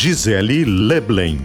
Gisele Leblen.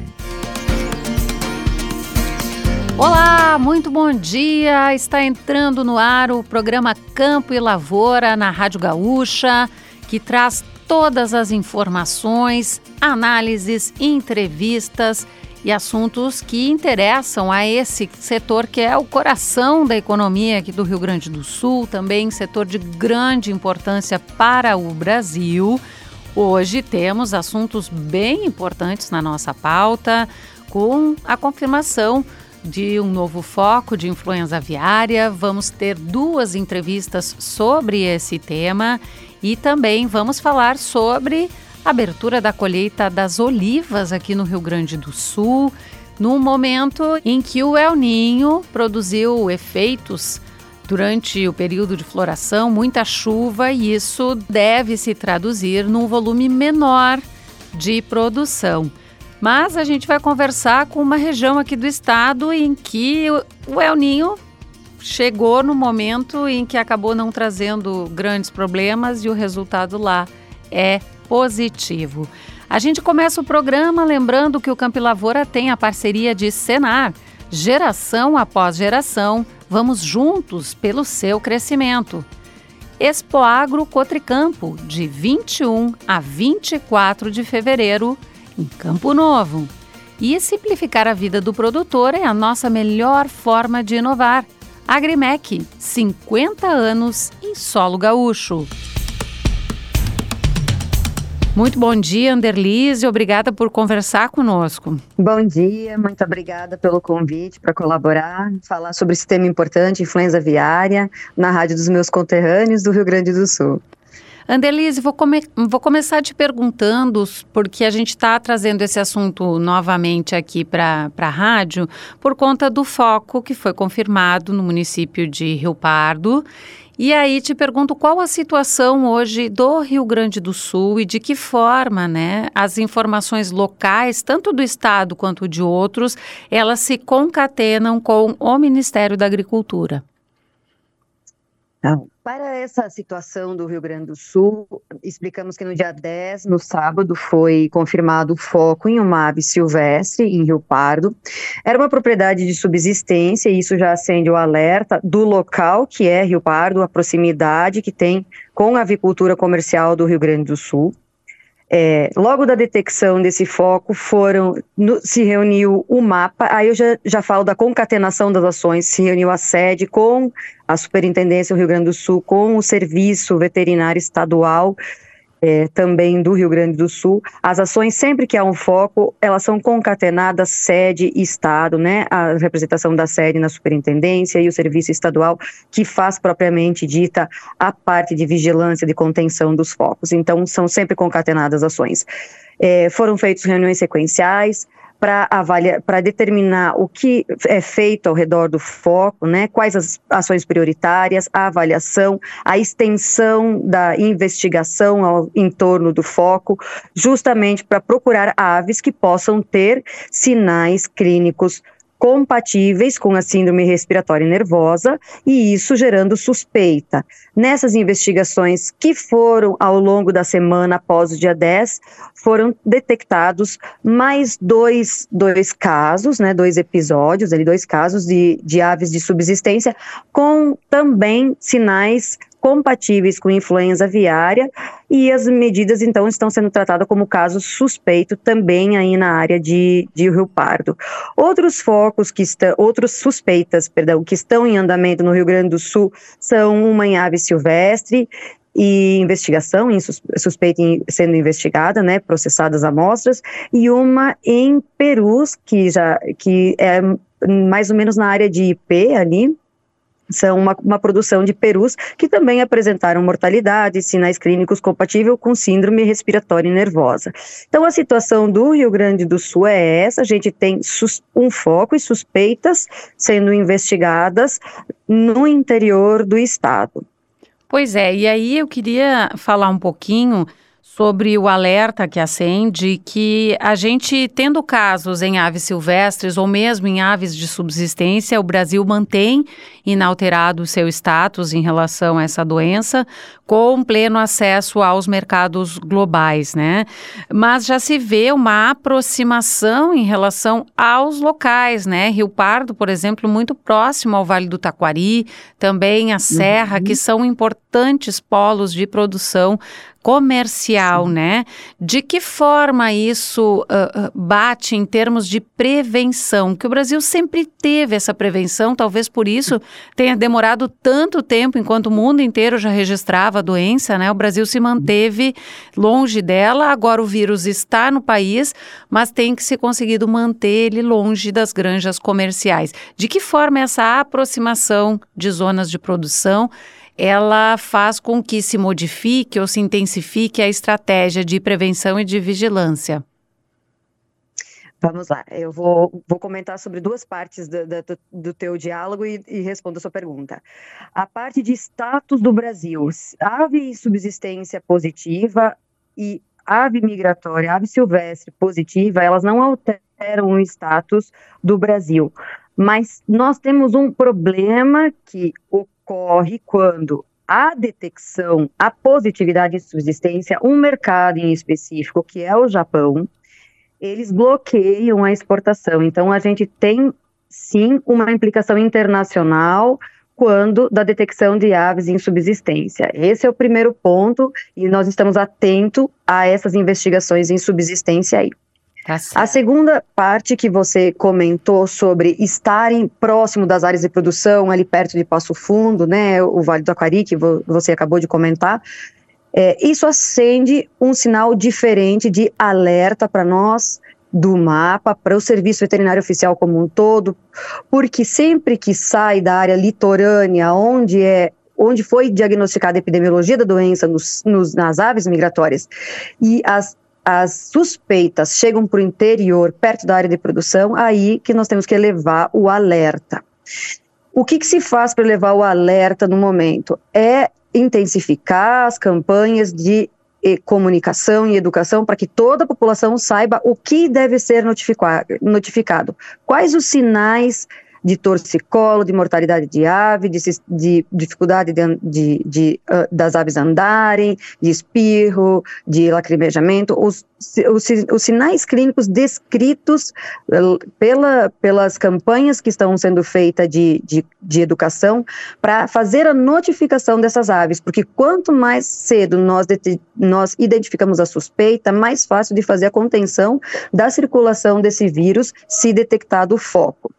Olá, muito bom dia! Está entrando no ar o programa Campo e Lavoura na Rádio Gaúcha, que traz todas as informações, análises, entrevistas e assuntos que interessam a esse setor que é o coração da economia aqui do Rio Grande do Sul, também setor de grande importância para o Brasil. Hoje temos assuntos bem importantes na nossa pauta, com a confirmação de um novo foco de influenza aviária. Vamos ter 2 entrevistas sobre esse tema e também vamos falar sobre a abertura da colheita das olivas aqui no Rio Grande do Sul, num momento em que o El Niño produziu efeitos durante o período de floração, muita chuva, e isso deve se traduzir num volume menor de produção. Mas a gente vai conversar com uma região aqui do estado em que o El Niño chegou no momento em que acabou não trazendo grandes problemas e o resultado lá é positivo. A gente começa o programa lembrando que o Campo e Lavoura tem a parceria de Senar. Geração após geração, vamos juntos pelo seu crescimento. Expoagro Cotricampo, de 21 a 24 de fevereiro, em Campo Novo. E simplificar a vida do produtor é a nossa melhor forma de inovar. Agrimec, 50 anos em solo gaúcho. Muito bom dia, Anderlise, obrigada por conversar conosco. Bom dia, muito obrigada pelo convite para colaborar, falar sobre esse tema importante, influenza aviária, na rádio dos meus conterrâneos do Rio Grande do Sul. Anderlise, vou começar te perguntando, porque a gente está trazendo esse assunto novamente aqui para a rádio, por conta do foco que foi confirmado no município de Rio Pardo. E aí te pergunto qual a situação hoje do Rio Grande do Sul e de que forma, né, as informações locais, tanto do estado quanto de outros, elas se concatenam com o Ministério da Agricultura. Para essa situação do Rio Grande do Sul, explicamos que no dia 10, no sábado, foi confirmado o foco em uma ave silvestre em Rio Pardo. Era uma propriedade de subsistência e isso já acende o alerta do local, que é Rio Pardo, a proximidade que tem com a avicultura comercial do Rio Grande do Sul. Logo da detecção desse foco, se reuniu o mapa, aí eu já falo da concatenação das ações, se reuniu a sede com a Superintendência do Rio Grande do Sul, com o Serviço Veterinário Estadual, também do Rio Grande do Sul. As ações, sempre que há um foco, elas são concatenadas sede e estado, né? A representação da sede na superintendência e o serviço estadual, que faz propriamente dita a parte de vigilância, de contenção dos focos. Então, são sempre concatenadas ações. Foram feitas reuniões sequenciais para determinar o que é feito ao redor do foco, né, quais as ações prioritárias, a avaliação, a extensão da investigação em torno do foco, justamente para procurar aves que possam ter sinais clínicos compatíveis com a síndrome respiratória nervosa e isso gerando suspeita. Nessas investigações que foram ao longo da semana após o dia 10, foram detectados mais dois casos, né, 2 episódios, 2 casos de aves de subsistência com também sinais compatíveis com influenza aviária e as medidas então estão sendo tratadas como caso suspeito também aí na área de Rio Pardo. Outros focos outros suspeitas, que estão em andamento no Rio Grande do Sul são uma em ave silvestre e investigação, suspeita sendo investigada, né, processadas amostras, e uma em perus, que é mais ou menos na área de IP ali, são uma produção de perus que também apresentaram mortalidade e sinais clínicos compatíveis com síndrome respiratória nervosa. Então, a situação do Rio Grande do Sul é essa: a gente tem um foco e suspeitas sendo investigadas no interior do estado. Pois é, e aí eu queria falar um pouquinho sobre o alerta que acende que a gente, tendo casos em aves silvestres ou mesmo em aves de subsistência, o Brasil mantém inalterado o seu status em relação a essa doença, com pleno acesso aos mercados globais, né? Mas já se vê uma aproximação em relação aos locais, né? Rio Pardo, por exemplo, muito próximo ao Vale do Taquari, também a Serra, que são importantes polos de produção comercial, né? De que forma isso bate em termos de prevenção? Que o Brasil sempre teve essa prevenção, talvez por isso tenha demorado tanto tempo, enquanto o mundo inteiro já registrava a doença, né? O Brasil se manteve longe dela, agora o vírus está no país, mas tem que ser conseguido manter ele longe das granjas comerciais. De que forma essa aproximação de zonas de produção ela faz com que se modifique ou se intensifique a estratégia de prevenção e de vigilância? Vamos lá, eu vou comentar sobre duas partes do teu diálogo e respondo a sua pergunta. A parte de status do Brasil, ave subsistência positiva e ave migratória, ave silvestre positiva, elas não alteram o status do Brasil, mas nós temos um problema que ocorre quando a detecção, a positividade de subsistência, um mercado em específico, que é o Japão, eles bloqueiam a exportação. Então, a gente tem, sim, uma implicação internacional quando da detecção de aves em subsistência. Esse é o primeiro ponto e nós estamos atentos a essas investigações em subsistência aí. A segunda parte que você comentou sobre estarem próximo das áreas de produção, ali perto de Passo Fundo, né, o Vale do Taquari, que você acabou de comentar, isso acende um sinal diferente de alerta para nós, do mapa, para o Serviço Veterinário Oficial como um todo, porque sempre que sai da área litorânea, onde foi diagnosticada a epidemiologia da doença nas aves migratórias, e as suspeitas chegam para o interior, perto da área de produção, aí que nós temos que elevar o alerta. O que se faz para elevar o alerta no momento? É intensificar as campanhas de comunicação e educação para que toda a população saiba o que deve ser notificado. Quais os sinais de torcicolo, de mortalidade de ave, de dificuldade das aves andarem, de espirro, de lacrimejamento, os sinais clínicos descritos pelas campanhas que estão sendo feitas de educação para fazer a notificação dessas aves, porque quanto mais cedo nós identificamos a suspeita, mais fácil de fazer a contenção da circulação desse vírus se detectado o foco.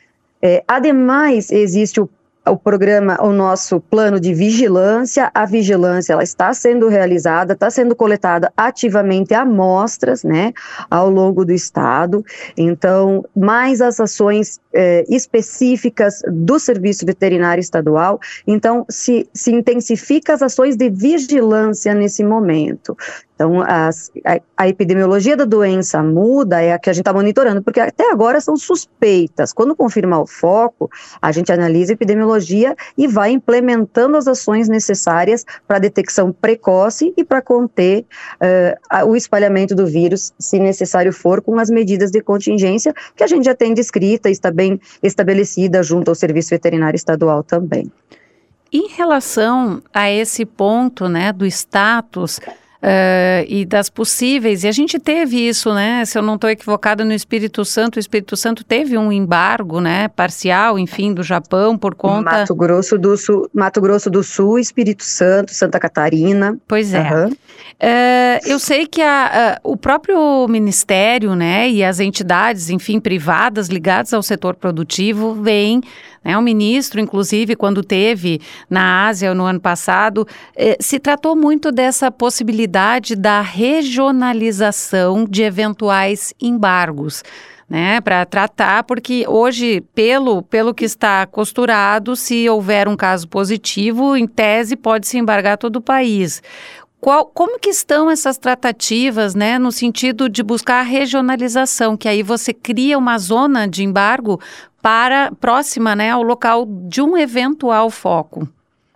Ademais, existe o nosso plano de vigilância. A vigilância ela está sendo realizada, está sendo coletada ativamente amostras, né, ao longo do estado. Então, mais as ações específicas do Serviço Veterinário Estadual. Então, se intensifica as ações de vigilância nesse momento. Então, a epidemiologia da doença muda, é a que a gente está monitorando, porque até agora são suspeitas. Quando confirmar o foco, a gente analisa a epidemiologia e vai implementando as ações necessárias para a detecção precoce e para conter o espalhamento do vírus, se necessário for, com as medidas de contingência que a gente já tem descrita e está bem estabelecida junto ao Serviço Veterinário Estadual também. Em relação a esse ponto, né, do status e das possíveis, e a gente teve isso, né, se eu não estou equivocada, no Espírito Santo, o Espírito Santo teve um embargo, né, parcial, enfim, do Japão por conta... Mato Grosso do Sul, Espírito Santo, Santa Catarina. Pois é. Uhum. Eu sei que o próprio Ministério, né, e as entidades, enfim, privadas ligadas ao setor produtivo vêm, né, o ministro, inclusive, quando teve na Ásia no ano passado, se tratou muito dessa possibilidade da regionalização de eventuais embargos, né, para tratar, porque hoje, pelo que está costurado, se houver um caso positivo, em tese pode-se embargar todo o país. Como que estão essas tratativas, né, no sentido de buscar a regionalização, que aí você cria uma zona de embargo próxima, né, ao local de um eventual foco?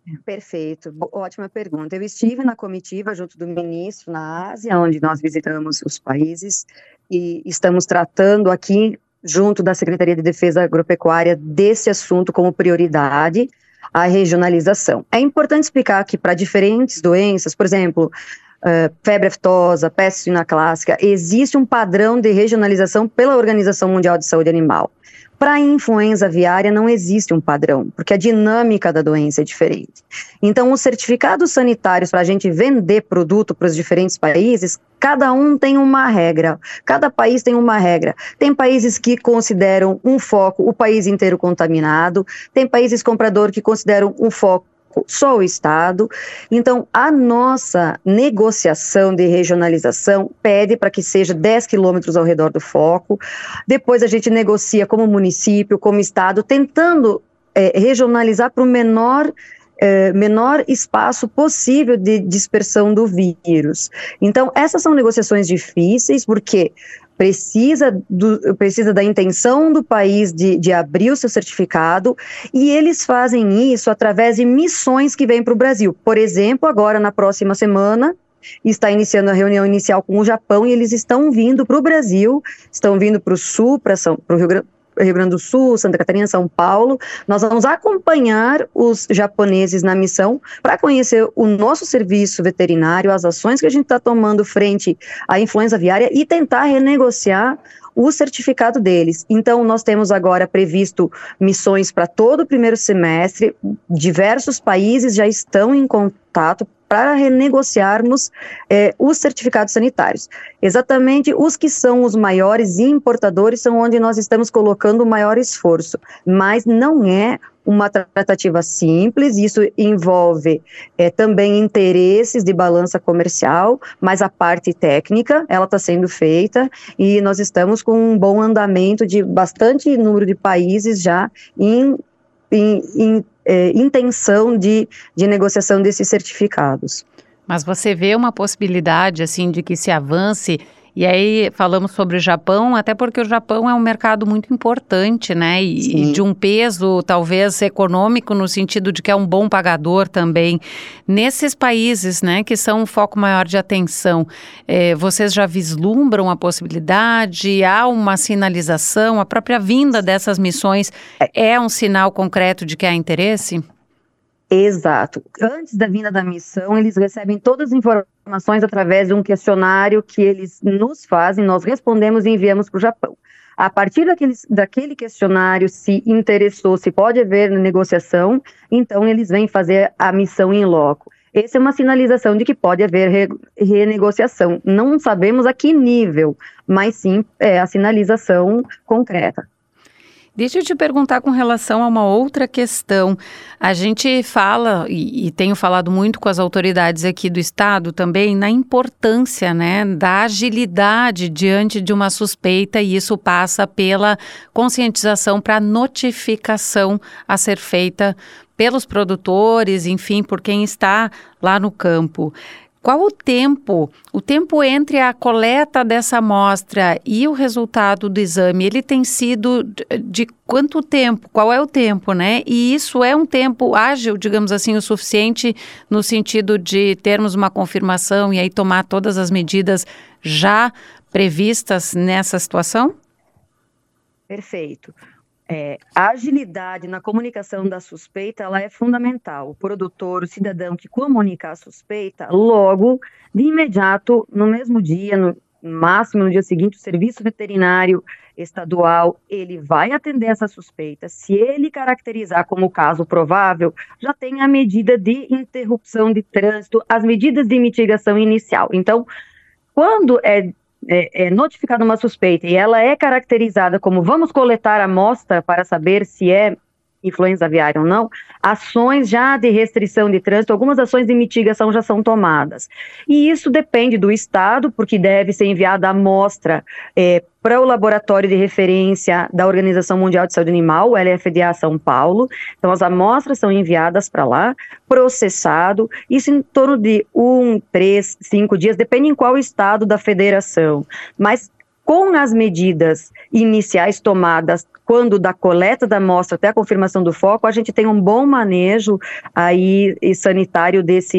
Perfeito, ótima pergunta. Eu estive na comitiva junto do ministro na Ásia, onde nós visitamos os países e estamos tratando aqui, junto da Secretaria de Defesa Agropecuária, desse assunto como prioridade, a regionalização. É importante explicar que para diferentes doenças, por exemplo, febre aftosa, peste suína clássica, existe um padrão de regionalização pela Organização Mundial de Saúde Animal. Para a influenza aviária não existe um padrão, porque a dinâmica da doença é diferente. Então, os certificados sanitários para a gente vender produto para os diferentes países, cada um tem uma regra, cada país tem uma regra. Tem países que consideram um foco o país inteiro contaminado, tem países compradores que consideram um foco só o Estado. Então, a nossa negociação de regionalização pede para que seja 10 quilômetros ao redor do foco, depois a gente negocia como município, como Estado, tentando regionalizar para o menor espaço possível de dispersão do vírus. Então, essas são negociações difíceis, porque precisa da intenção do país de abrir o seu certificado, e eles fazem isso através de missões que vêm para o Brasil. Por exemplo, agora na próxima semana, está iniciando a reunião inicial com o Japão, e eles estão vindo para o Brasil, estão vindo para o Sul, para o Rio Grande do Sul, Santa Catarina, São Paulo. Nós vamos acompanhar os japoneses na missão para conhecer o nosso serviço veterinário, as ações que a gente está tomando frente à influenza aviária e tentar renegociar o certificado deles. Então, nós temos agora previsto missões para todo o primeiro semestre, diversos países já estão em contato para renegociarmos os certificados sanitários. Exatamente os que são os maiores importadores são onde nós estamos colocando o maior esforço, mas não é uma tratativa simples, isso envolve também interesses de balança comercial, mas a parte técnica, ela está sendo feita e nós estamos com um bom andamento de bastante número de países já em intenção de negociação desses certificados. Mas você vê uma possibilidade, assim, de que se avance, e aí falamos sobre o Japão, até porque o Japão é um mercado muito importante, né, e de um peso talvez econômico, no sentido de que é um bom pagador também. Nesses países, né, que são um foco maior de atenção, vocês já vislumbram a possibilidade, há uma sinalização, a própria vinda dessas missões é um sinal concreto de que há interesse? Exato. Antes da vinda da missão, eles recebem todas as informações através de um questionário que eles nos fazem, nós respondemos e enviamos para o Japão. A partir daquele questionário, se interessou, se pode haver negociação, então eles vêm fazer a missão in loco. Essa é uma sinalização de que pode haver renegociação. Não sabemos a que nível, mas sim a sinalização concreta. Deixa eu te perguntar com relação a uma outra questão. A gente fala, e tenho falado muito com as autoridades aqui do estado também, na importância, né, da agilidade diante de uma suspeita, e isso passa pela conscientização para a notificação a ser feita pelos produtores, enfim, por quem está lá no campo. Qual o tempo entre a coleta dessa amostra e o resultado do exame? Ele tem sido de quanto tempo? Qual é o tempo, né? E isso é um tempo ágil, digamos assim, o suficiente no sentido de termos uma confirmação e aí tomar todas as medidas já previstas nessa situação? Perfeito. A agilidade na comunicação da suspeita, ela é fundamental. O produtor, o cidadão que comunicar a suspeita, logo, de imediato, no mesmo dia, no máximo no dia seguinte, o serviço veterinário estadual, ele vai atender essa suspeita. Se ele caracterizar como caso provável, já tem a medida de interrupção de trânsito, as medidas de mitigação inicial. Então, quando é notificada uma suspeita e ela é caracterizada como vamos coletar a amostra para saber se é influenza aviária ou não, ações já de restrição de trânsito, algumas ações de mitigação já são tomadas. E isso depende do estado, porque deve ser enviada a amostra para o laboratório de referência da Organização Mundial de Saúde Animal, o LFDA São Paulo. Então, as amostras são enviadas para lá, processado, isso em torno de 1, 3, 5 dias, depende em qual estado da federação. Mas com as medidas iniciais tomadas quando da coleta da amostra até a confirmação do foco, a gente tem um bom manejo aí sanitário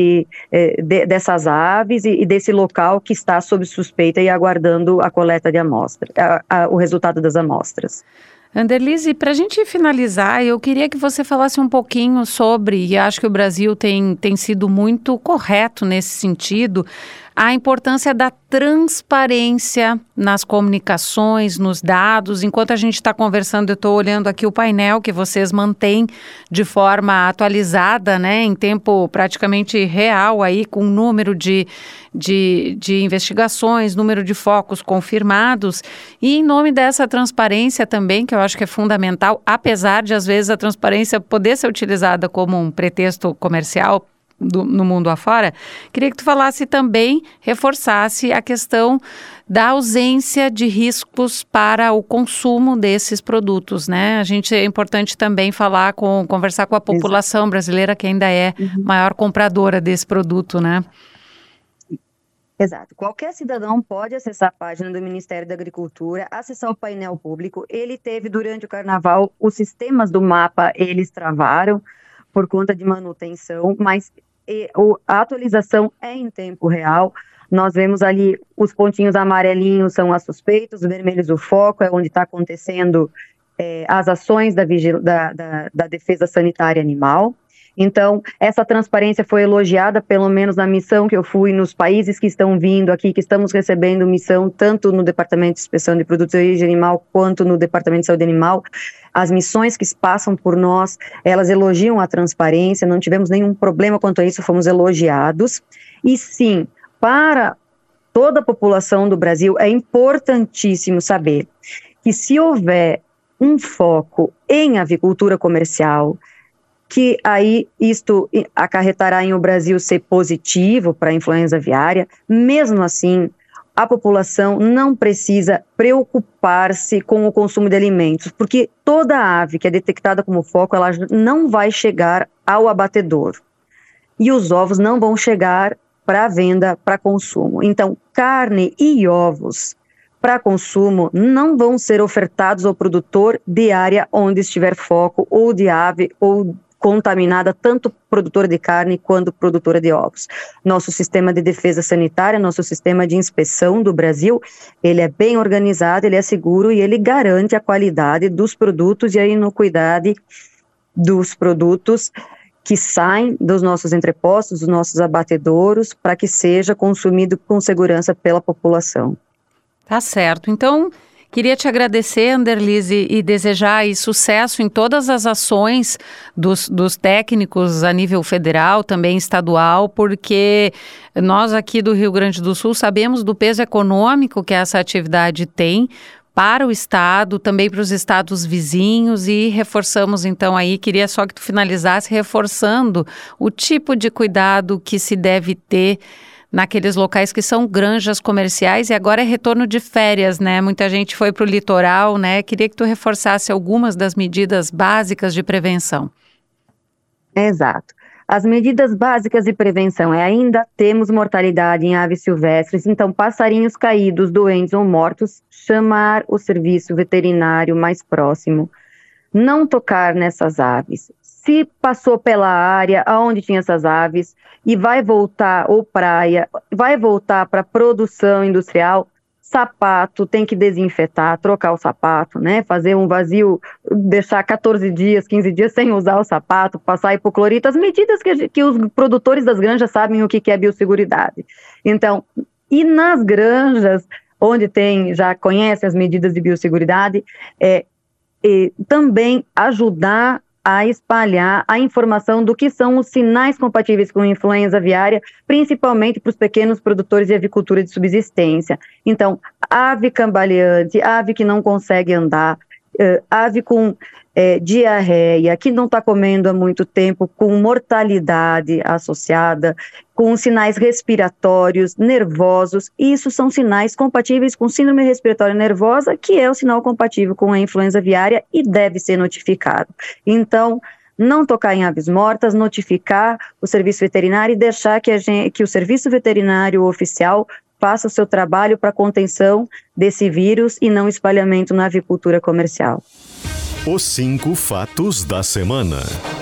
dessas aves e desse local que está sob suspeita e aguardando a coleta de amostra, o resultado das amostras. Anderlise, para a gente finalizar, eu queria que você falasse um pouquinho sobre, e acho que o Brasil tem sido muito correto nesse sentido, a importância da transparência nas comunicações, nos dados. Enquanto a gente está conversando, eu estou olhando aqui o painel que vocês mantêm de forma atualizada, né, em tempo praticamente real, aí, com número de investigações, número de focos confirmados. E em nome dessa transparência também, que eu acho que é fundamental, apesar de, às vezes, a transparência poder ser utilizada como um pretexto comercial, no mundo afora, queria que tu falasse também, reforçasse a questão da ausência de riscos para o consumo desses produtos, né? É importante também conversar com a população brasileira, que ainda é maior compradora desse produto, né? Exato. Qualquer cidadão pode acessar a página do Ministério da Agricultura, acessar o painel público. Ele teve, durante o carnaval, os sistemas do mapa, eles travaram por conta de manutenção, mas a atualização é em tempo real. Nós vemos ali os pontinhos amarelinhos são as suspeitos, os vermelhos o foco, é onde está acontecendo as ações da defesa sanitária animal. Então, essa transparência foi elogiada, pelo menos na missão que eu fui, nos países que estão vindo aqui, que estamos recebendo missão, tanto no Departamento de Inspeção de Produtos de Origem Animal, quanto no Departamento de Saúde Animal. As missões que passam por nós, elas elogiam a transparência, não tivemos nenhum problema quanto a isso, fomos elogiados. E sim, para toda a população do Brasil, é importantíssimo saber que se houver um foco em avicultura comercial, que aí isto acarretará em o Brasil ser positivo para a influenza aviária, mesmo assim, a população não precisa preocupar-se com o consumo de alimentos, porque toda ave que é detectada como foco, ela não vai chegar ao abatedouro. E os ovos não vão chegar para venda, para consumo. Então, carne e ovos para consumo não vão ser ofertados ao produtor de área onde estiver foco, ou de ave, ou contaminada, tanto produtora de carne quanto produtora de ovos. Nosso sistema de defesa sanitária, nosso sistema de inspeção do Brasil, ele é bem organizado, ele é seguro e ele garante a qualidade dos produtos e a inocuidade dos produtos que saem dos nossos entrepostos, dos nossos abatedouros, para que seja consumido com segurança pela população. Tá certo. Então, queria te agradecer, Anderlise, e desejar aí sucesso em todas as ações dos técnicos a nível federal, também estadual, porque nós aqui do Rio Grande do Sul sabemos do peso econômico que essa atividade tem para o estado, também para os estados vizinhos, e reforçamos então aí, queria só que tu finalizasse reforçando o tipo de cuidado que se deve ter naqueles locais que são granjas comerciais, e agora é retorno de férias, né? Muita gente foi para o litoral, né? Queria que tu reforçasse algumas das medidas básicas de prevenção. Exato. As medidas básicas de prevenção ainda temos mortalidade em aves silvestres, então passarinhos caídos, doentes ou mortos, chamar o serviço veterinário mais próximo, não tocar nessas aves. Se passou pela área onde tinha essas aves e vai voltar, ou praia, vai voltar para produção industrial, sapato, tem que desinfetar, trocar o sapato, né? Fazer um vazio, deixar 14 dias, 15 dias sem usar o sapato, passar hipoclorito, as medidas que os produtores das granjas sabem o que é biosseguridade. Então, e nas granjas, onde já conhece as medidas de biosseguridade, também ajudar a espalhar a informação do que são os sinais compatíveis com influenza aviária, principalmente para os pequenos produtores de avicultura de subsistência. Então, ave cambaleante, ave que não consegue andar, ave com diarreia, que não está comendo há muito tempo, com mortalidade associada, com sinais respiratórios, nervosos, isso são sinais compatíveis com síndrome respiratória nervosa, que é o sinal compatível com a influenza aviária e deve ser notificado. Então, não tocar em aves mortas, notificar o serviço veterinário e deixar que o serviço veterinário oficial faça o seu trabalho para a contenção desse vírus e não espalhamento na avicultura comercial. Os 5 fatos da semana.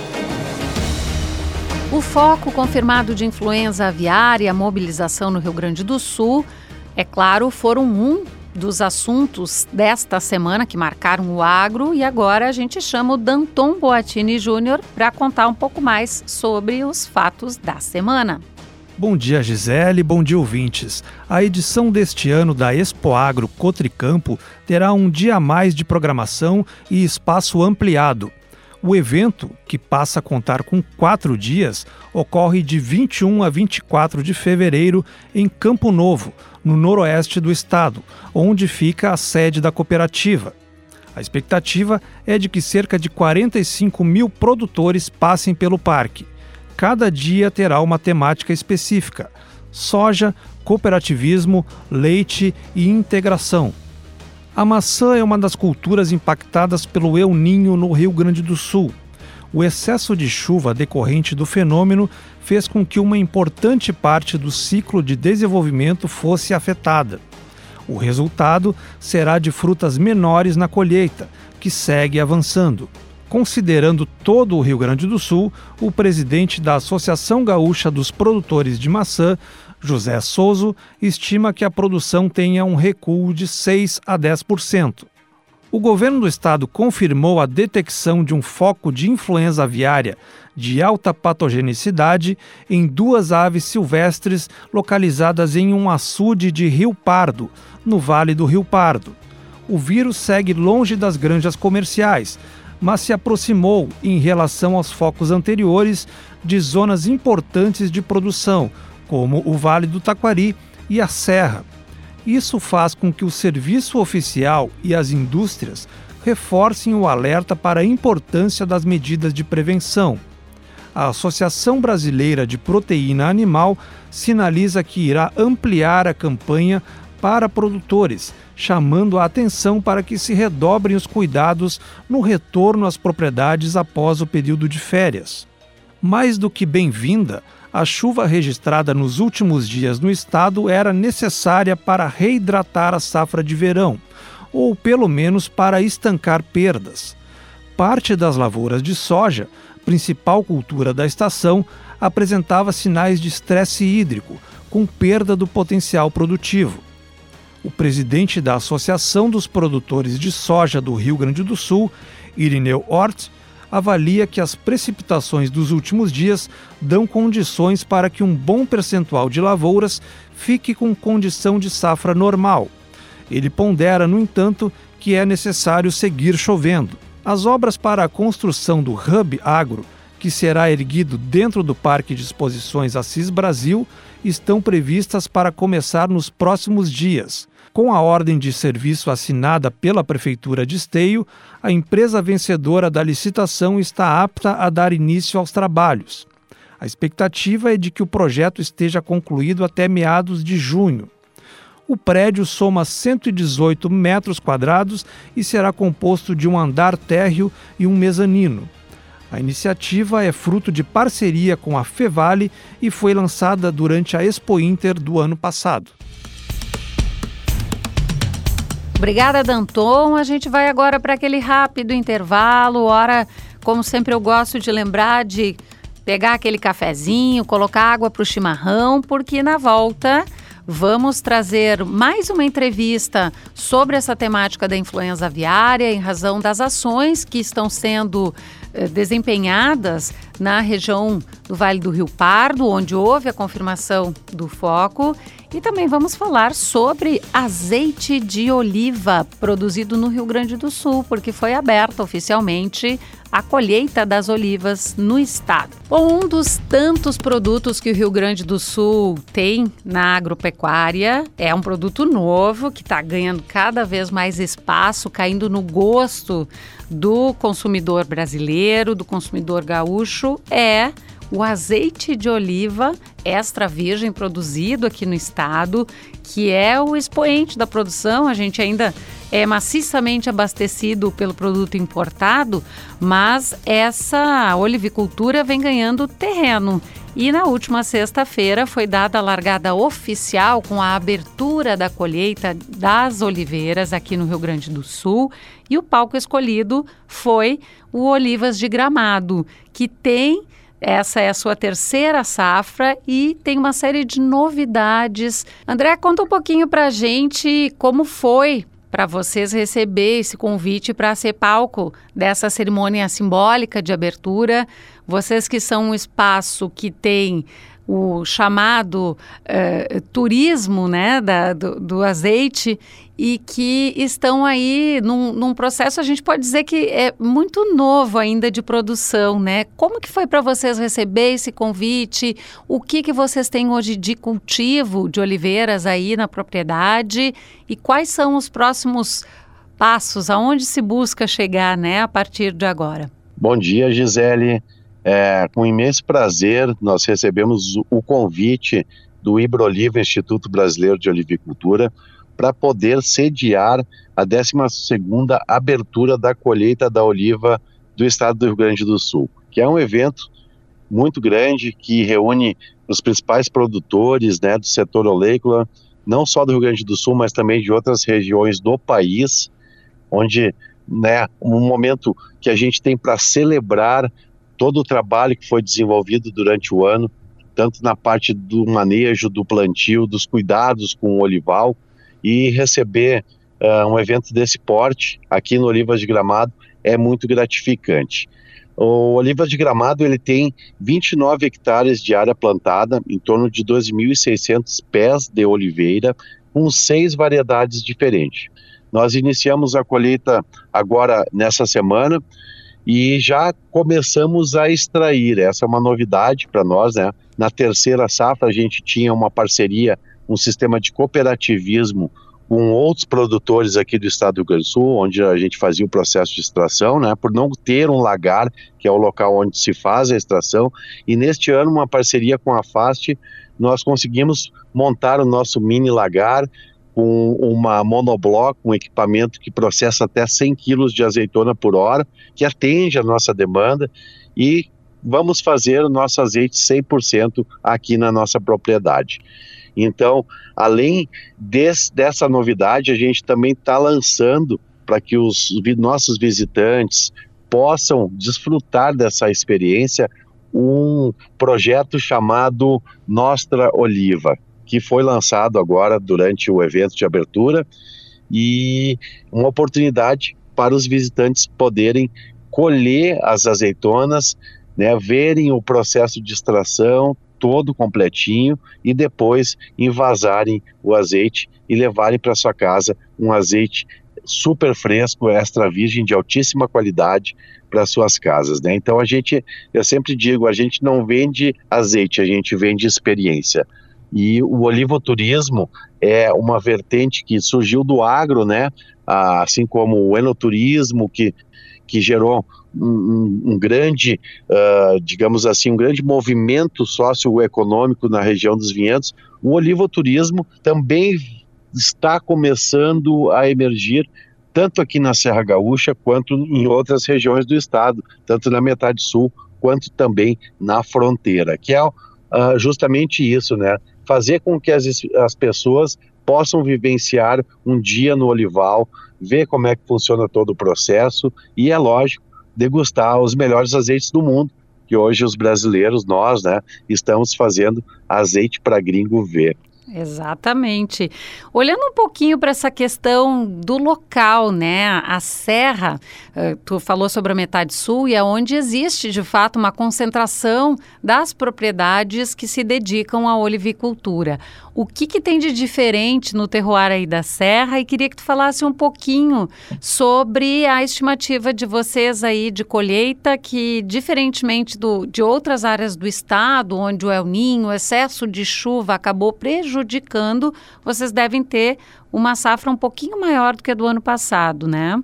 O foco confirmado de influenza aviária e a mobilização no Rio Grande do Sul, é claro, foram um dos assuntos desta semana que marcaram o agro, e agora a gente chama o Danton Boattini Júnior para contar um pouco mais sobre os fatos da semana. Bom dia, Gisele, bom dia, ouvintes. A edição deste ano da Expo Agro Cotricampo terá um dia a mais de programação e espaço ampliado. O evento, que passa a contar com 4 dias, ocorre de 21 a 24 de fevereiro em Campo Novo, no noroeste do estado, onde fica a sede da cooperativa. A expectativa é de que cerca de 45 mil produtores passem pelo parque. Cada dia terá uma temática específica: soja, cooperativismo, leite e integração. A maçã é uma das culturas impactadas pelo El Niño no Rio Grande do Sul. O excesso de chuva decorrente do fenômeno fez com que uma importante parte do ciclo de desenvolvimento fosse afetada. O resultado será de frutas menores na colheita, que segue avançando. Considerando todo o Rio Grande do Sul, o presidente da Associação Gaúcha dos Produtores de Maçã, José Souzo, estima que a produção tenha um recuo de 6 a 10%. O governo do estado confirmou a detecção de um foco de influenza aviária de alta patogenicidade em 2 aves silvestres localizadas em um açude de Rio Pardo, no Vale do Rio Pardo. O vírus segue longe das granjas comerciais, mas se aproximou, em relação aos focos anteriores, de zonas importantes de produção, como o Vale do Taquari e a Serra. Isso faz com que o serviço oficial e as indústrias reforcem o alerta para a importância das medidas de prevenção. A Associação Brasileira de Proteína Animal sinaliza que irá ampliar a campanha para produtores, chamando a atenção para que se redobrem os cuidados no retorno às propriedades após o período de férias. Mais do que bem-vinda, a chuva registrada nos últimos dias no estado era necessária para reidratar a safra de verão, ou pelo menos para estancar perdas. Parte das lavouras de soja, principal cultura da estação, apresentava sinais de estresse hídrico, com perda do potencial produtivo. O presidente da Associação dos Produtores de Soja do Rio Grande do Sul, Irineu Hort, avalia que as precipitações dos últimos dias dão condições para que um bom percentual de lavouras fique com condição de safra normal. Ele pondera, no entanto, que é necessário seguir chovendo. As obras para a construção do Hub Agro, que será erguido dentro do Parque de Exposições Assis Brasil, estão previstas para começar nos próximos dias. Com a ordem de serviço assinada pela Prefeitura de Esteio, a empresa vencedora da licitação está apta a dar início aos trabalhos. A expectativa é de que o projeto esteja concluído até meados de junho. O prédio soma 118 metros quadrados e será composto de um andar térreo e um mezanino. A iniciativa é fruto de parceria com a Fevale e foi lançada durante a Expo Inter do ano passado. Obrigada, Danton. A gente vai agora para aquele rápido intervalo. Hora, como sempre, eu gosto de lembrar de pegar aquele cafezinho, colocar água para o chimarrão, porque na volta vamos trazer mais uma entrevista sobre essa temática da influenza aviária em razão das ações que estão sendo desempenhadas na região do Vale do Rio Pardo, onde houve a confirmação do foco. E também vamos falar sobre azeite de oliva produzido no Rio Grande do Sul, porque foi aberta oficialmente a colheita das olivas no estado. Bom, um dos tantos produtos que o Rio Grande do Sul tem na agropecuária é um produto novo que está ganhando cada vez mais espaço, caindo no gosto do consumidor brasileiro, do consumidor gaúcho, é o azeite de oliva extra virgem produzido aqui no estado, que é o expoente da produção. A gente ainda é maciçamente abastecido pelo produto importado, mas essa olivicultura vem ganhando terreno. E na última sexta-feira foi dada a largada oficial com a abertura da colheita das oliveiras aqui no Rio Grande do Sul. E o palco escolhido foi o Olivas de Gramado, que tem... Essa é a sua terceira safra e tem uma série de novidades. André, conta um pouquinho para a gente como foi para vocês receber esse convite para ser palco dessa cerimônia simbólica de abertura. Vocês que são um espaço que tem o chamado turismo, né, do azeite, e que estão aí num processo, a gente pode dizer que é muito novo ainda de produção, né? Como que foi para vocês receber esse convite? O que vocês têm hoje de cultivo de oliveiras aí na propriedade? E quais são os próximos passos? Aonde se busca chegar, né, a partir de agora? Bom dia, Gisele. Com imenso prazer, nós recebemos o convite do Ibroliva, Instituto Brasileiro de Olivicultura, para poder sediar a 12ª abertura da colheita da oliva do estado do Rio Grande do Sul, que é um evento muito grande que reúne os principais produtores, né, do setor oleícola, não só do Rio Grande do Sul, mas também de outras regiões do país, onde, né, um momento que a gente tem para celebrar todo o trabalho que foi desenvolvido durante o ano, tanto na parte do manejo, do plantio, dos cuidados com o olival, e receber um evento desse porte aqui no Olivas de Gramado é muito gratificante. O Olivas de Gramado ele tem 29 hectares de área plantada, em torno de 2.600 pés de oliveira, com 6 variedades diferentes. Nós iniciamos a colheita agora nessa semana e já começamos a extrair. Essa é uma novidade para nós, né? Na terceira safra a gente tinha uma parceria, um sistema de cooperativismo com outros produtores aqui do estado do Rio Grande do Sul, onde a gente fazia o processo de extração, né, por não ter um lagar, que é o local onde se faz a extração, e neste ano, uma parceria com a FAST, nós conseguimos montar o nosso mini lagar com uma monobloco, um equipamento que processa até 100 quilos de azeitona por hora, que atende a nossa demanda, e vamos fazer o nosso azeite 100% aqui na nossa propriedade. Então, além dessa novidade, a gente também está lançando para que os nossos visitantes possam desfrutar dessa experiência um projeto chamado Nostra Oliva, que foi lançado agora durante o evento de abertura, e uma oportunidade para os visitantes poderem colher as azeitonas, né, verem o processo de extração todo completinho e depois envasarem o azeite e levarem para sua casa um azeite super fresco, extra virgem, de altíssima qualidade para suas casas, né? Então eu sempre digo, a gente não vende azeite, a gente vende experiência. E o olivoturismo é uma vertente que surgiu do agro, né? Assim como o enoturismo, que gerou um grande, digamos assim, um grande movimento socioeconômico na região dos vinhedos. O olivoturismo também está começando a emergir, tanto aqui na Serra Gaúcha, quanto em outras regiões do estado, tanto na metade sul, quanto também na fronteira, que é justamente isso, né? Fazer com que as pessoas possam vivenciar um dia no olival, ver como é que funciona todo o processo e, é lógico, degustar os melhores azeites do mundo, que hoje os brasileiros, nós, né, estamos fazendo azeite para gringo ver. Exatamente. Olhando um pouquinho para essa questão do local, né? A serra, tu falou sobre a metade sul, e é onde existe, de fato, uma concentração das propriedades que se dedicam à olivicultura. O que tem de diferente no terroir aí da serra? E queria que tu falasse um pouquinho sobre a estimativa de vocês aí de colheita, que, diferentemente de outras áreas do estado, onde o El Niño, o excesso de chuva acabou prejudicando, vocês devem ter uma safra um pouquinho maior do que a do ano passado, né?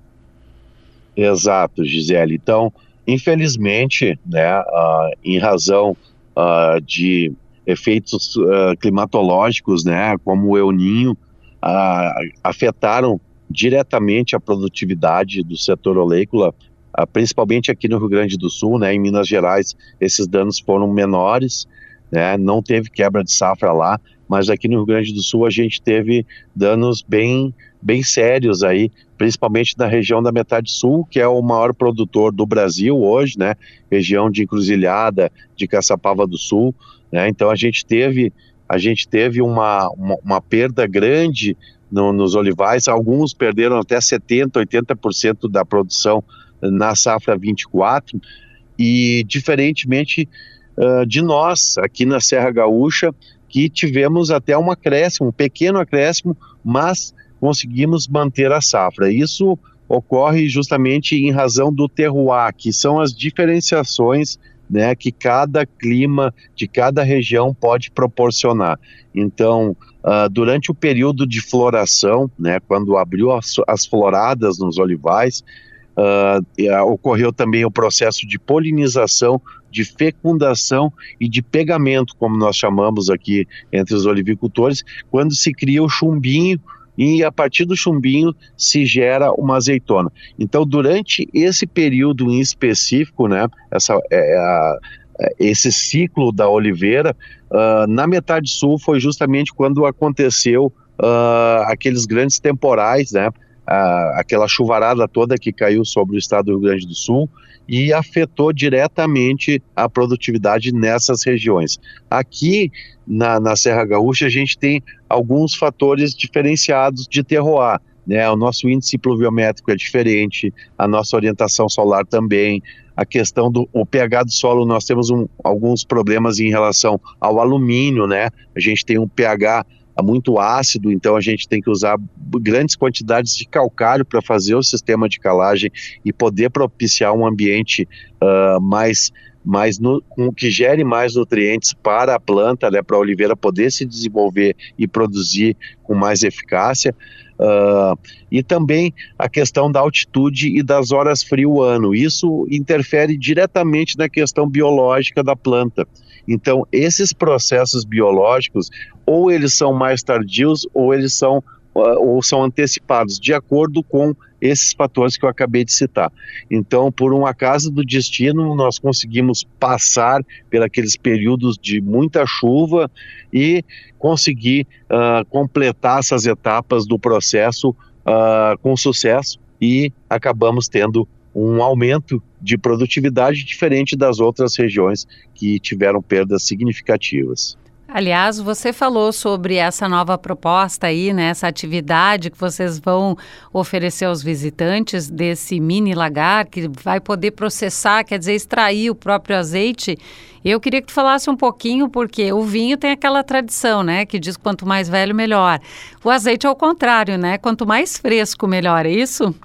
Exato, Gisele. Então, infelizmente, né, em razão de efeitos climatológicos, né, como o El Niño, afetaram diretamente a produtividade do setor oleícola, principalmente aqui no Rio Grande do Sul, né? Em Minas Gerais esses danos foram menores, né? Não teve quebra de safra lá, mas aqui no Rio Grande do Sul a gente teve danos bem sérios aí, principalmente na região da metade sul, que é o maior produtor do Brasil hoje, né? Região de Encruzilhada, de Caçapava do Sul, né? Então a gente teve uma perda grande nos olivais. Alguns perderam até 70%, 80% da produção na safra 24, e diferentemente de nós, aqui na Serra Gaúcha, que tivemos até um pequeno acréscimo, mas conseguimos manter a safra. Isso ocorre justamente em razão do terroir, que são as diferenciações, né, que cada clima de cada região pode proporcionar. Então, durante o período de floração, né, quando abriu as floradas nos olivais, ocorreu também o processo de polinização, de fecundação e de pegamento, como nós chamamos aqui entre os olivicultores, quando se cria o chumbinho, e a partir do chumbinho se gera uma azeitona. Então, durante esse período em específico, né, esse ciclo da oliveira, na metade sul foi justamente quando aconteceu aqueles grandes temporais, né, aquela chuvarada toda que caiu sobre o estado do Rio Grande do Sul e afetou diretamente a produtividade nessas regiões. Aqui na Serra Gaúcha a gente tem alguns fatores diferenciados de terroir, né? O nosso índice pluviométrico é diferente, a nossa orientação solar também, a questão do pH do solo, nós temos alguns problemas em relação ao alumínio, né? A gente tem um pH muito ácido, então a gente tem que usar grandes quantidades de calcário para fazer o sistema de calagem e poder propiciar um ambiente que gere mais nutrientes para a planta, né, para a oliveira poder se desenvolver e produzir com mais eficácia. E também a questão da altitude e das horas frio ano, isso interfere diretamente na questão biológica da planta. Então, esses processos biológicos, ou eles são mais tardios, ou eles são antecipados, de acordo com esses fatores que eu acabei de citar. Então, por um acaso do destino, nós conseguimos passar por aqueles períodos de muita chuva e conseguir completar essas etapas do processo com sucesso, e acabamos tendo um aumento de produtividade diferente das outras regiões que tiveram perdas significativas. Aliás, você falou sobre essa nova proposta aí, né, essa atividade que vocês vão oferecer aos visitantes desse mini lagar, que vai poder processar, quer dizer, extrair o próprio azeite. Eu queria que tu falasse um pouquinho, porque o vinho tem aquela tradição, né, que diz quanto mais velho, melhor. O azeite é o contrário, né, quanto mais fresco, melhor, é isso?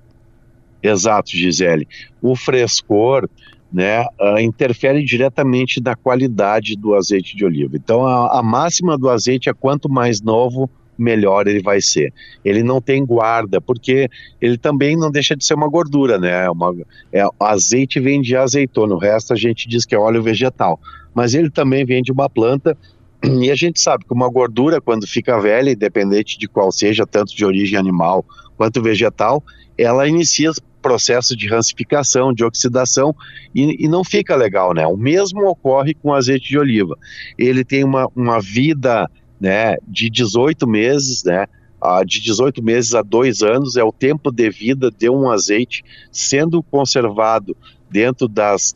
Exato, Gisele. O frescor, né, interfere diretamente na qualidade do azeite de oliva. Então, a máxima do azeite é quanto mais novo, melhor ele vai ser. Ele não tem guarda, porque ele também não deixa de ser uma gordura, né? Azeite vem de azeitona, o resto a gente diz que é óleo vegetal. Mas ele também vem de uma planta, e a gente sabe que uma gordura, quando fica velha, independente de qual seja, tanto de origem animal quanto vegetal, ela inicia processo de rancificação, de oxidação, e não fica legal, né? O mesmo ocorre com o azeite de oliva. Ele tem uma vida, né, de 18 meses, né? De 18 meses a 2 anos é o tempo de vida de um azeite, sendo conservado dentro das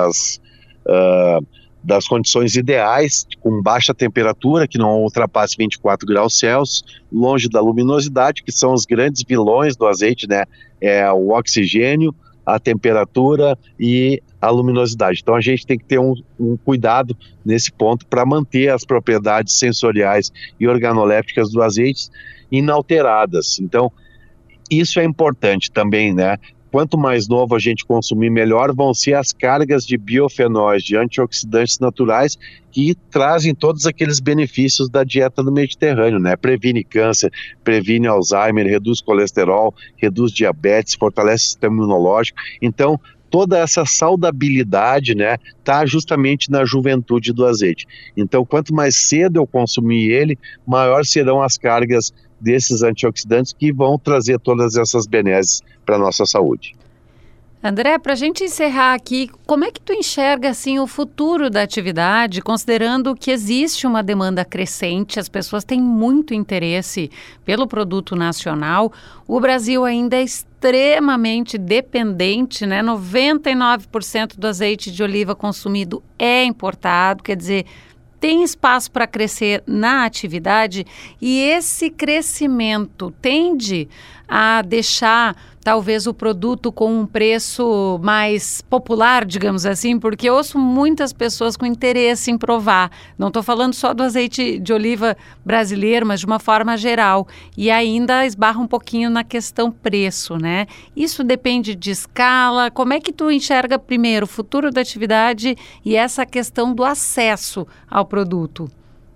condições ideais, com baixa temperatura, que não ultrapasse 24 graus Celsius, longe da luminosidade, que são os grandes vilões do azeite, né? É o oxigênio, a temperatura e a luminosidade. Então a gente tem que ter um cuidado nesse ponto para manter as propriedades sensoriais e organolépticas do azeite inalteradas. Então isso é importante também, né? Quanto mais novo a gente consumir, melhor vão ser as cargas de biofenóis, de antioxidantes naturais, que trazem todos aqueles benefícios da dieta do Mediterrâneo, né? Previne câncer, previne Alzheimer, reduz colesterol, reduz diabetes, fortalece o sistema imunológico. Então, toda essa saudabilidade, né, está justamente na juventude do azeite. Então, quanto mais cedo eu consumir ele, maior serão as cargas desses antioxidantes que vão trazer todas essas benesses para a nossa saúde. André, para a gente encerrar aqui, como é que tu enxerga assim, o futuro da atividade, considerando que existe uma demanda crescente, as pessoas têm muito interesse pelo produto nacional, o Brasil ainda é extremamente dependente, né? 99% do azeite de oliva consumido é importado, quer dizer, tem espaço para crescer na atividade e esse crescimento tende a deixar talvez o produto com um preço mais popular, digamos assim, porque eu ouço muitas pessoas com interesse em provar. Não estou falando só do azeite de oliva brasileiro, mas de uma forma geral. E ainda esbarra um pouquinho na questão preço, né? Isso depende de escala. Como é que tu enxerga primeiro o futuro da atividade e essa questão do acesso ao produto?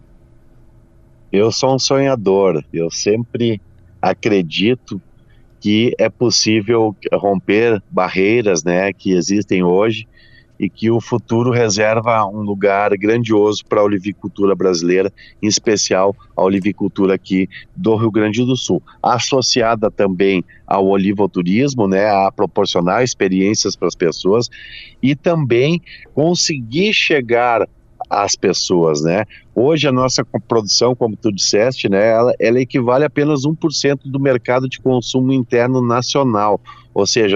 Eu sou um sonhador, eu sempre acredito que é possível romper barreiras, né, que existem hoje e que o futuro reserva um lugar grandioso para a olivicultura brasileira, em especial a olivicultura aqui do Rio Grande do Sul, associada também ao olivoturismo, né, a proporcionar experiências para as pessoas e também conseguir chegar às pessoas, né? Hoje a nossa produção, como tu disseste, né, ela equivale a apenas 1% do mercado de consumo interno nacional, ou seja,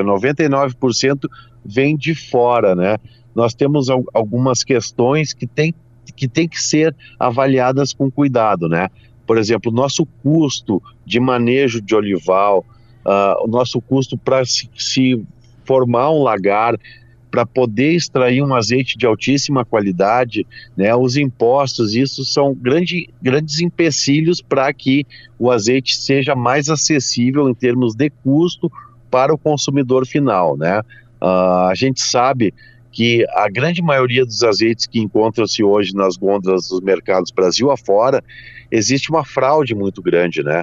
99% vem de fora, né? Nós temos algumas questões que tem que ser avaliadas com cuidado, né? Por exemplo, o nosso custo de manejo de olival, o nosso custo para se formar um lagar, para poder extrair um azeite de altíssima qualidade, né, os impostos, isso são grandes empecilhos para que o azeite seja mais acessível em termos de custo para o consumidor final, né? A gente sabe que a grande maioria dos azeites que encontram-se hoje nas gôndolas dos mercados Brasil afora, existe uma fraude muito grande, né?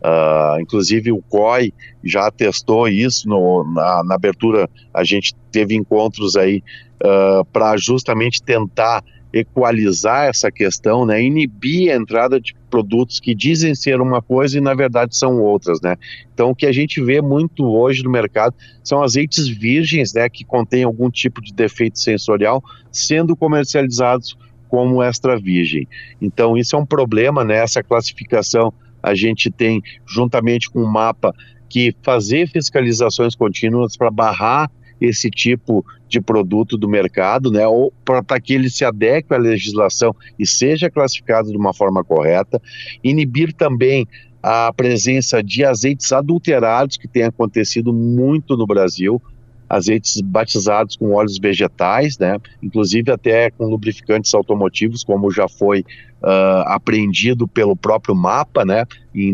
Inclusive o COI já testou isso na abertura, a gente teve encontros aí para justamente tentar equalizar essa questão, né, inibir a entrada de produtos que dizem ser uma coisa e na verdade são outras, né. Então o que a gente vê muito hoje no mercado são azeites virgens, né, que contêm algum tipo de defeito sensorial sendo comercializados como extra virgem. Então isso é um problema, né, essa classificação. A gente tem, juntamente com o MAPA, que fazer fiscalizações contínuas para barrar esse tipo de produto do mercado, né, ou para que ele se adeque à legislação e seja classificado de uma forma correta. Inibir também a presença de azeites adulterados, que tem acontecido muito no Brasil, azeites batizados com óleos vegetais, né, inclusive até com lubrificantes automotivos, como já foi apreendido pelo próprio MAPA, né, em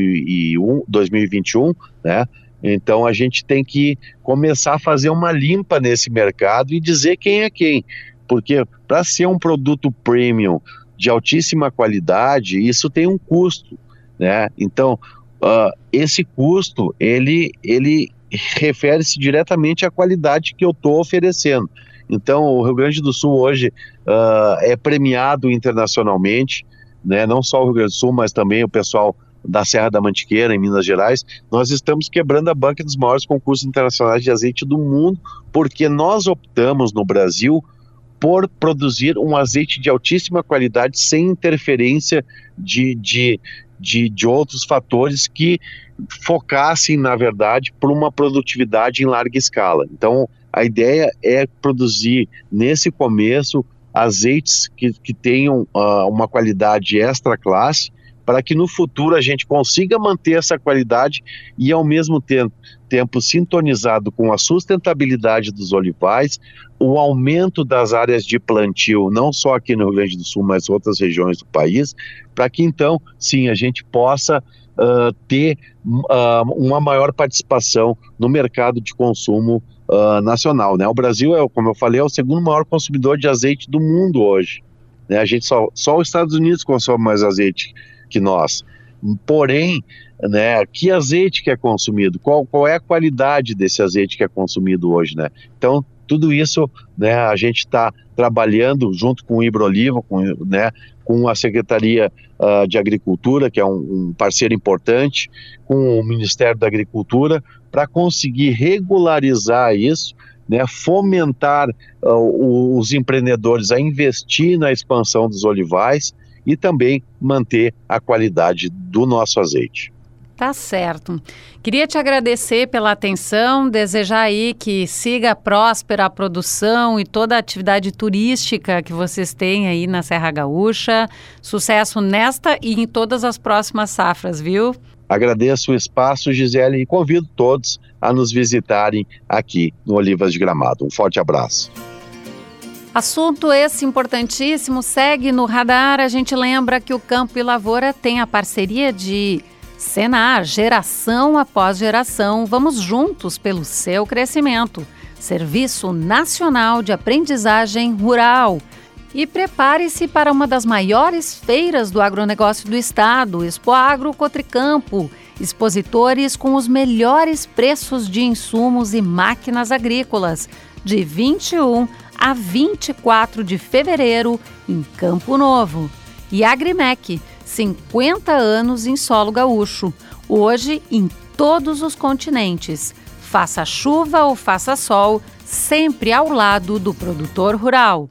2021, né. Então a gente tem que começar a fazer uma limpa nesse mercado e dizer quem é quem, porque para ser um produto premium de altíssima qualidade, isso tem um custo, né. Então esse custo, ele refere-se diretamente à qualidade que eu estou oferecendo. Então o Rio Grande do Sul hoje é premiado internacionalmente, né? Não só o Rio Grande do Sul, mas também o pessoal da Serra da Mantiqueira, em Minas Gerais. Nós estamos quebrando a banca dos maiores concursos internacionais de azeite do mundo, porque nós optamos no Brasil por produzir um azeite de altíssima qualidade sem interferência de outros fatores que focassem, na verdade, por uma produtividade em larga escala. Então, a ideia é produzir, nesse começo, azeites que tenham uma qualidade extra classe, para que no futuro a gente consiga manter essa qualidade e, ao mesmo tempo sintonizado com a sustentabilidade dos olivais, o aumento das áreas de plantio, não só aqui no Rio Grande do Sul, mas outras regiões do país, para que então, sim, a gente possa ter uma maior participação no mercado de consumo nacional, né? O Brasil, como eu falei, é o segundo maior consumidor de azeite do mundo hoje, né? A gente só os Estados Unidos consome mais azeite que nós. Porém, né, que azeite que é consumido? Qual é a qualidade desse azeite que é consumido hoje, né? Então, Tudo isso, né, a gente está trabalhando junto com o Ibroliva, com a Secretaria de Agricultura, que é um parceiro importante, com o Ministério da Agricultura, para conseguir regularizar isso, né, fomentar os empreendedores a investir na expansão dos olivais e também manter a qualidade do nosso azeite. Tá certo. Queria te agradecer pela atenção, desejar aí que siga próspera a produção e toda a atividade turística que vocês têm aí na Serra Gaúcha. Sucesso nesta e em todas as próximas safras, viu? Agradeço o espaço, Gisele, e convido todos a nos visitarem aqui no Olivas de Gramado. Um forte abraço. Assunto esse importantíssimo segue no radar. A gente lembra que o Campo e Lavoura tem a parceria de Senar, geração após geração, vamos juntos pelo seu crescimento. Serviço Nacional de Aprendizagem Rural. E prepare-se para uma das maiores feiras do agronegócio do estado, Expoagro Cotricampo. Expositores com os melhores preços de insumos e máquinas agrícolas, de 21 a 24 de fevereiro, em Campo Novo. E Agrimec, 50 anos em solo gaúcho, hoje em todos os continentes. Faça chuva ou faça sol, sempre ao lado do produtor rural.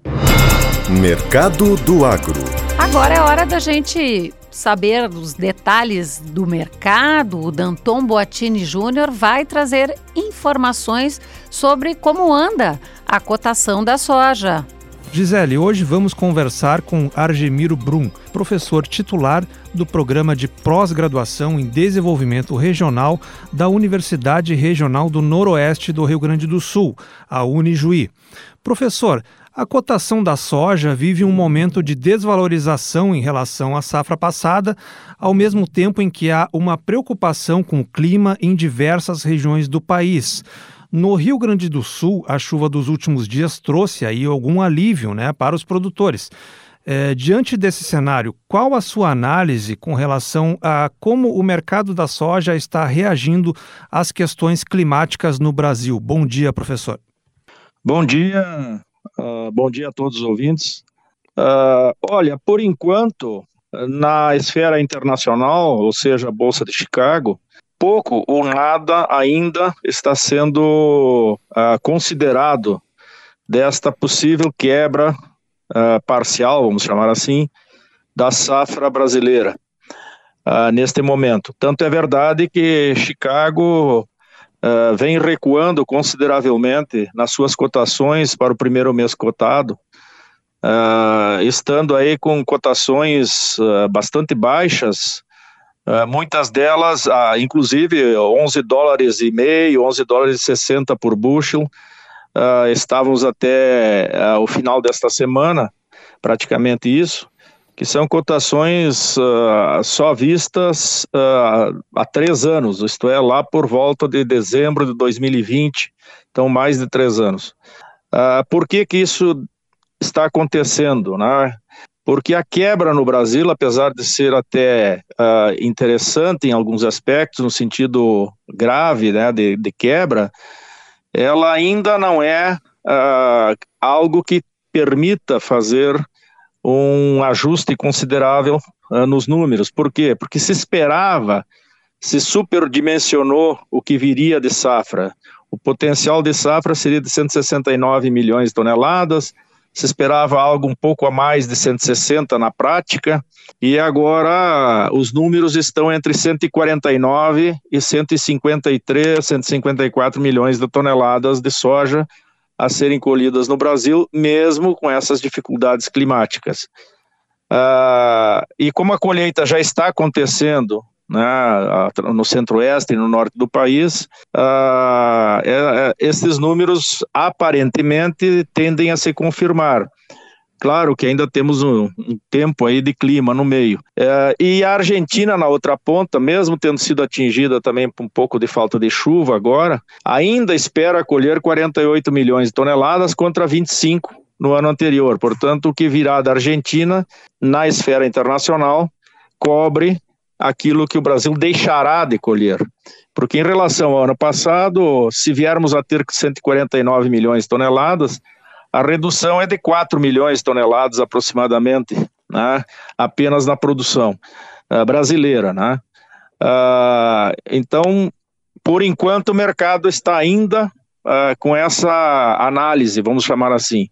Mercado do Agro. Agora é hora da gente saber os detalhes do mercado. O Danton Boattini Júnior vai trazer informações sobre como anda a cotação da soja. Gisele, hoje vamos conversar com Argemiro Brum, professor titular do Programa de Pós-Graduação em Desenvolvimento Regional da Universidade Regional do Noroeste do Rio Grande do Sul, a Unijuí. Professor, a cotação da soja vive um momento de desvalorização em relação à safra passada, ao mesmo tempo em que há uma preocupação com o clima em diversas regiões do país. No Rio Grande do Sul, a chuva dos últimos dias trouxe aí algum alívio, para os produtores. Diante desse cenário, qual a sua análise com relação a como o mercado da soja está reagindo às questões climáticas no Brasil? Bom dia, professor. Bom dia a todos os ouvintes. Olha, por enquanto, na esfera internacional, ou seja, a Bolsa de Chicago, pouco ou nada ainda está sendo considerado desta possível quebra parcial, vamos chamar assim, da safra brasileira neste momento. Tanto é verdade que Chicago vem recuando consideravelmente nas suas cotações para o primeiro mês cotado, estando aí com cotações bastante baixas, muitas delas, inclusive $11,50, $11,60 por bushel. Estávamos até o final desta semana, praticamente isso, que são cotações só vistas há 3 anos, isto é, lá por volta de dezembro de 2020, então mais de 3 anos. Por que isso está acontecendo, né? Porque a quebra no Brasil, apesar de ser até interessante em alguns aspectos, no sentido grave, né, de quebra, ela ainda não é algo que permita fazer um ajuste considerável nos números. Por quê? Porque se esperava, se superdimensionou o que viria de safra. O potencial de safra seria de 169 milhões de toneladas, se esperava algo um pouco a mais de 160 na prática, e agora os números estão entre 149 e 153, 154 milhões de toneladas de soja a serem colhidas no Brasil, mesmo com essas dificuldades climáticas. E como a colheita já está acontecendo, né, no centro-oeste e no norte do país, esses números aparentemente tendem a se confirmar. Claro que ainda temos um tempo aí de clima no meio. E a Argentina, na outra ponta, mesmo tendo sido atingida também por um pouco de falta de chuva agora, ainda espera colher 48 milhões de toneladas contra 25 no ano anterior. Portanto, o que virá da Argentina na esfera internacional cobre aquilo que o Brasil deixará de colher. Porque em relação ao ano passado, se viermos a ter 149 milhões de toneladas, a redução é de 4 milhões de toneladas aproximadamente, né, apenas na produção brasileira, né? Então, por enquanto, o mercado está ainda com essa análise, vamos chamar assim.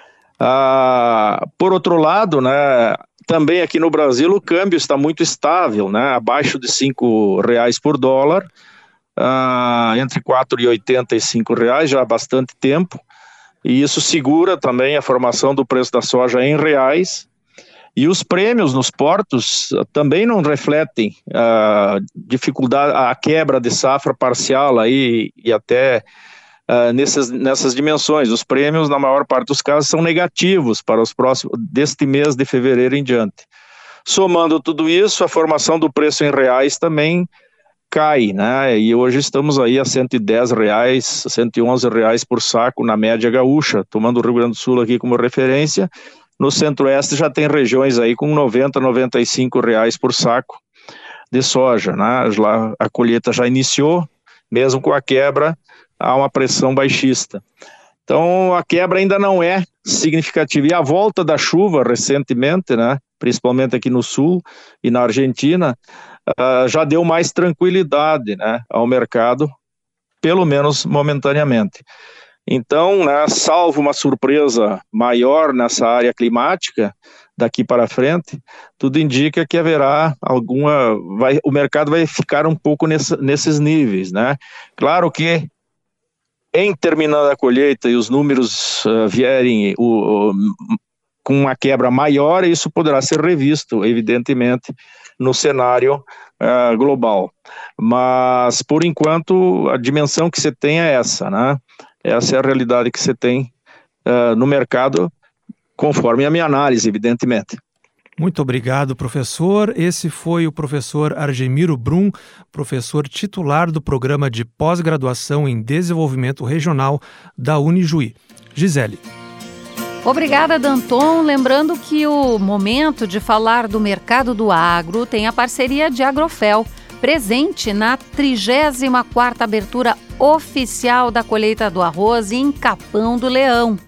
Por outro lado, né, também aqui no Brasil o câmbio está muito estável, né, abaixo de R$5 por dólar, entre R$4,80 e R$5 já há bastante tempo, e isso segura também a formação do preço da soja em reais, e os prêmios nos portos também não refletem a dificuldade, a quebra de safra parcial aí, e até nessas dimensões. Os prêmios, na maior parte dos casos, são negativos para os próximos, deste mês de fevereiro em diante. Somando tudo isso, a formação do preço em reais também cai, né? E hoje estamos aí a R$110, R$111 por saco na média gaúcha, tomando o Rio Grande do Sul aqui como referência. No centro-oeste já tem regiões aí com R$90, R$95 por saco de soja, né? Lá a colheita já iniciou, mesmo com a quebra, há uma pressão baixista. Então a quebra ainda não é significativa. E a volta da chuva recentemente, né, principalmente aqui no sul e na Argentina, já deu mais tranquilidade, né, ao mercado, pelo menos momentaneamente. Então, né, salvo uma surpresa maior nessa área climática, daqui para frente, tudo indica que haverá o mercado vai ficar um pouco nesses níveis, né? Claro que em terminando a colheita e os números vierem com uma quebra maior, isso poderá ser revisto, evidentemente, no cenário global. Mas, por enquanto, a dimensão que você tem é essa, né? Essa é a realidade que você tem no mercado, conforme a minha análise, evidentemente. Muito obrigado, professor. Esse foi o professor Argemiro Brum, professor titular do Programa de Pós-Graduação em Desenvolvimento Regional da Unijuí. Gisele. Obrigada, Danton. Lembrando que o momento de falar do mercado do agro tem a parceria de Agrofel, presente na 34ª abertura oficial da colheita do arroz em Capão do Leão.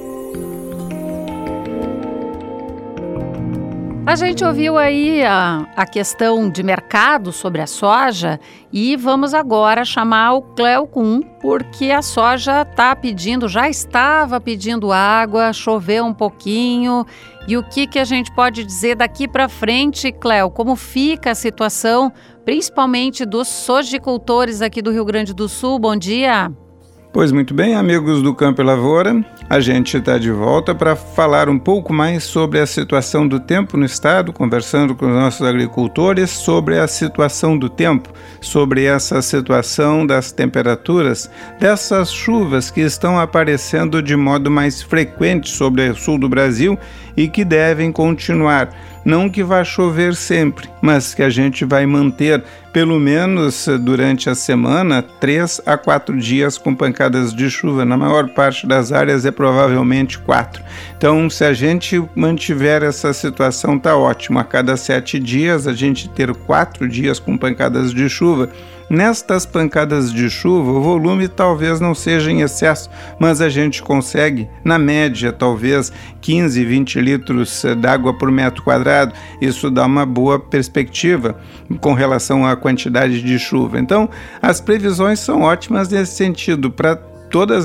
A gente ouviu aí a questão de mercado sobre a soja e vamos agora chamar o Cléo Kuhn, porque a soja já estava pedindo água, choveu um pouquinho. E o que a gente pode dizer daqui para frente, Cléo? Como fica a situação, principalmente dos sojicultores aqui do Rio Grande do Sul? Bom dia! Pois muito bem, amigos do Campo e Lavoura, a gente está de volta para falar um pouco mais sobre a situação do tempo no estado, conversando com os nossos agricultores sobre a situação do tempo, sobre essa situação das temperaturas, dessas chuvas que estão aparecendo de modo mais frequente sobre o sul do Brasil e que devem continuar. Não que vá chover sempre, mas que a gente vai manter, pelo menos durante a semana, 3 a 4 dias com pancadas de chuva. Na maior parte das áreas é provavelmente 4. Então, se a gente mantiver essa situação, tá ótimo. A cada 7 dias, a gente ter 4 dias com pancadas de chuva. Nestas pancadas de chuva, o volume talvez não seja em excesso, mas a gente consegue, na média, talvez 15, 20 litros d'água por metro quadrado. Isso dá uma boa perspectiva com relação à quantidade de chuva. Então, as previsões são ótimas nesse sentido para todas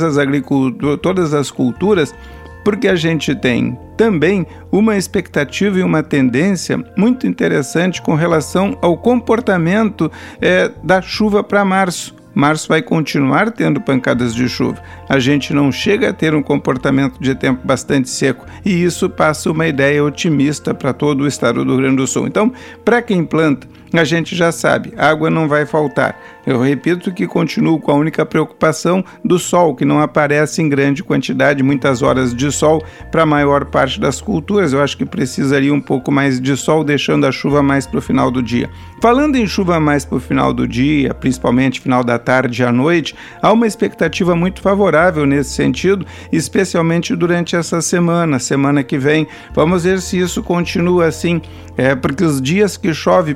as culturas, porque a gente tem também uma expectativa e uma tendência muito interessante com relação ao comportamento da chuva para março. Março vai continuar tendo pancadas de chuva. A gente não chega a ter um comportamento de tempo bastante seco e isso passa uma ideia otimista para todo o estado do Rio Grande do Sul. Então, para quem planta, a gente já sabe, água não vai faltar. Eu repito que continuo com a única preocupação do sol, que não aparece em grande quantidade, muitas horas de sol para a maior parte das culturas. Eu acho que precisaria um pouco mais de sol, deixando a chuva mais para o final do dia. Falando em chuva mais para o final do dia, principalmente final da tarde e à noite, há uma expectativa muito favorável nesse sentido, especialmente durante essa semana que vem. Vamos ver se isso continua assim, porque os dias que chove pela manhã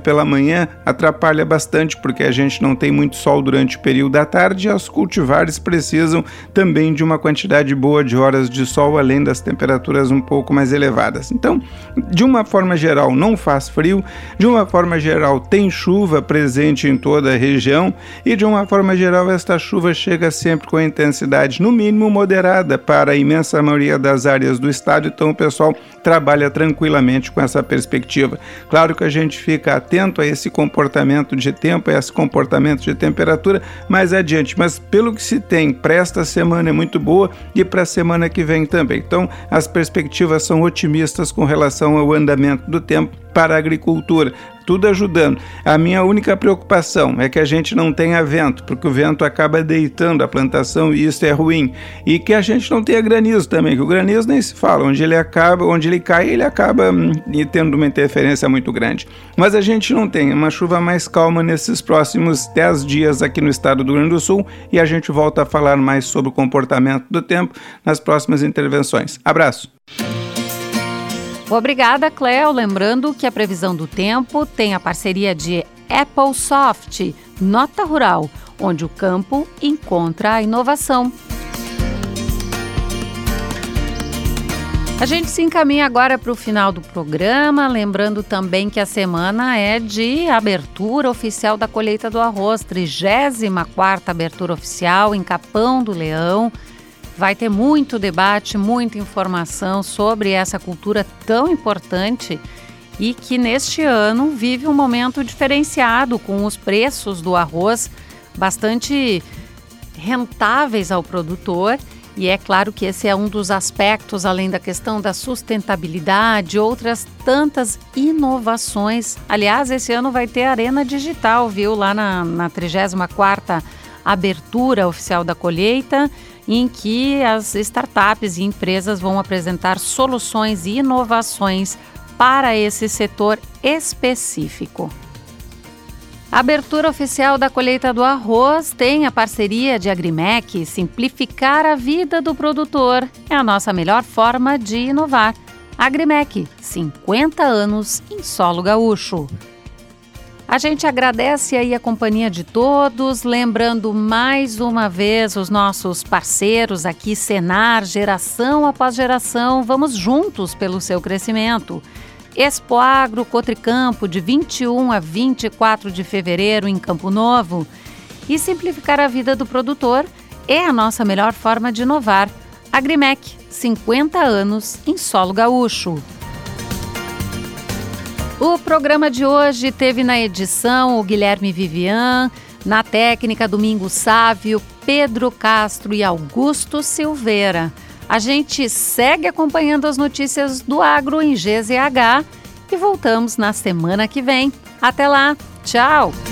manhã atrapalha bastante, porque a gente não tem muito sol durante o período da tarde e os cultivares precisam também de uma quantidade boa de horas de sol, além das temperaturas um pouco mais elevadas. Então, de uma forma geral, não faz frio, de uma forma geral, tem chuva presente em toda a região e, de uma forma geral, esta chuva chega sempre com intensidade, no mínimo, moderada para a imensa maioria das áreas do estado, então o pessoal trabalha tranquilamente com essa perspectiva. Claro que a gente fica atento a esse comportamento de tempo, a esse comportamento de temperatura mais adiante, mas pelo que se tem para esta semana é muito boa e para a semana que vem também. Então, as perspectivas são otimistas com relação ao andamento do tempo para a agricultura, tudo ajudando. A minha única preocupação é que a gente não tenha vento, porque o vento acaba deitando a plantação e isso é ruim. E que a gente não tenha granizo também, que o granizo nem se fala, onde ele cai, ele acaba tendo uma interferência muito grande. Mas a gente não tem uma chuva mais calma nesses próximos 10 dias aqui no estado do Rio Grande do Sul e a gente volta a falar mais sobre o comportamento do tempo nas próximas intervenções. Abraço! Obrigada, Cléo. Lembrando que a previsão do tempo tem a parceria de Apple Soft, Nota Rural, onde o campo encontra a inovação. A gente se encaminha agora para o final do programa, lembrando também que a semana é de abertura oficial da colheita do arroz, 34ª abertura oficial em Capão do Leão. Vai ter muito debate, muita informação sobre essa cultura tão importante e que neste ano vive um momento diferenciado, com os preços do arroz bastante rentáveis ao produtor. E é claro que esse é um dos aspectos, além da questão da sustentabilidade, outras tantas inovações. Aliás, esse ano vai ter Arena Digital, viu? Lá na 34ª abertura oficial da colheita, em que as startups e empresas vão apresentar soluções e inovações para esse setor específico. A abertura oficial da colheita do arroz tem a parceria de Agrimec. Simplificar a vida do produtor é a nossa melhor forma de inovar. Agrimec, 50 anos em solo gaúcho. A gente agradece aí a companhia de todos, lembrando mais uma vez os nossos parceiros aqui, Senar, geração após geração, vamos juntos pelo seu crescimento. Expoagro Cotricampo, de 21 a 24 de fevereiro em Campo Novo. E simplificar a vida do produtor é a nossa melhor forma de inovar. Agrimec, 50 anos em solo gaúcho. O programa de hoje teve na edição o Guilherme Vivian, na técnica Domingos Sávio, Pedro Castro e Augusto Silveira. A gente segue acompanhando as notícias do agro em GZH e voltamos na semana que vem. Até lá, tchau!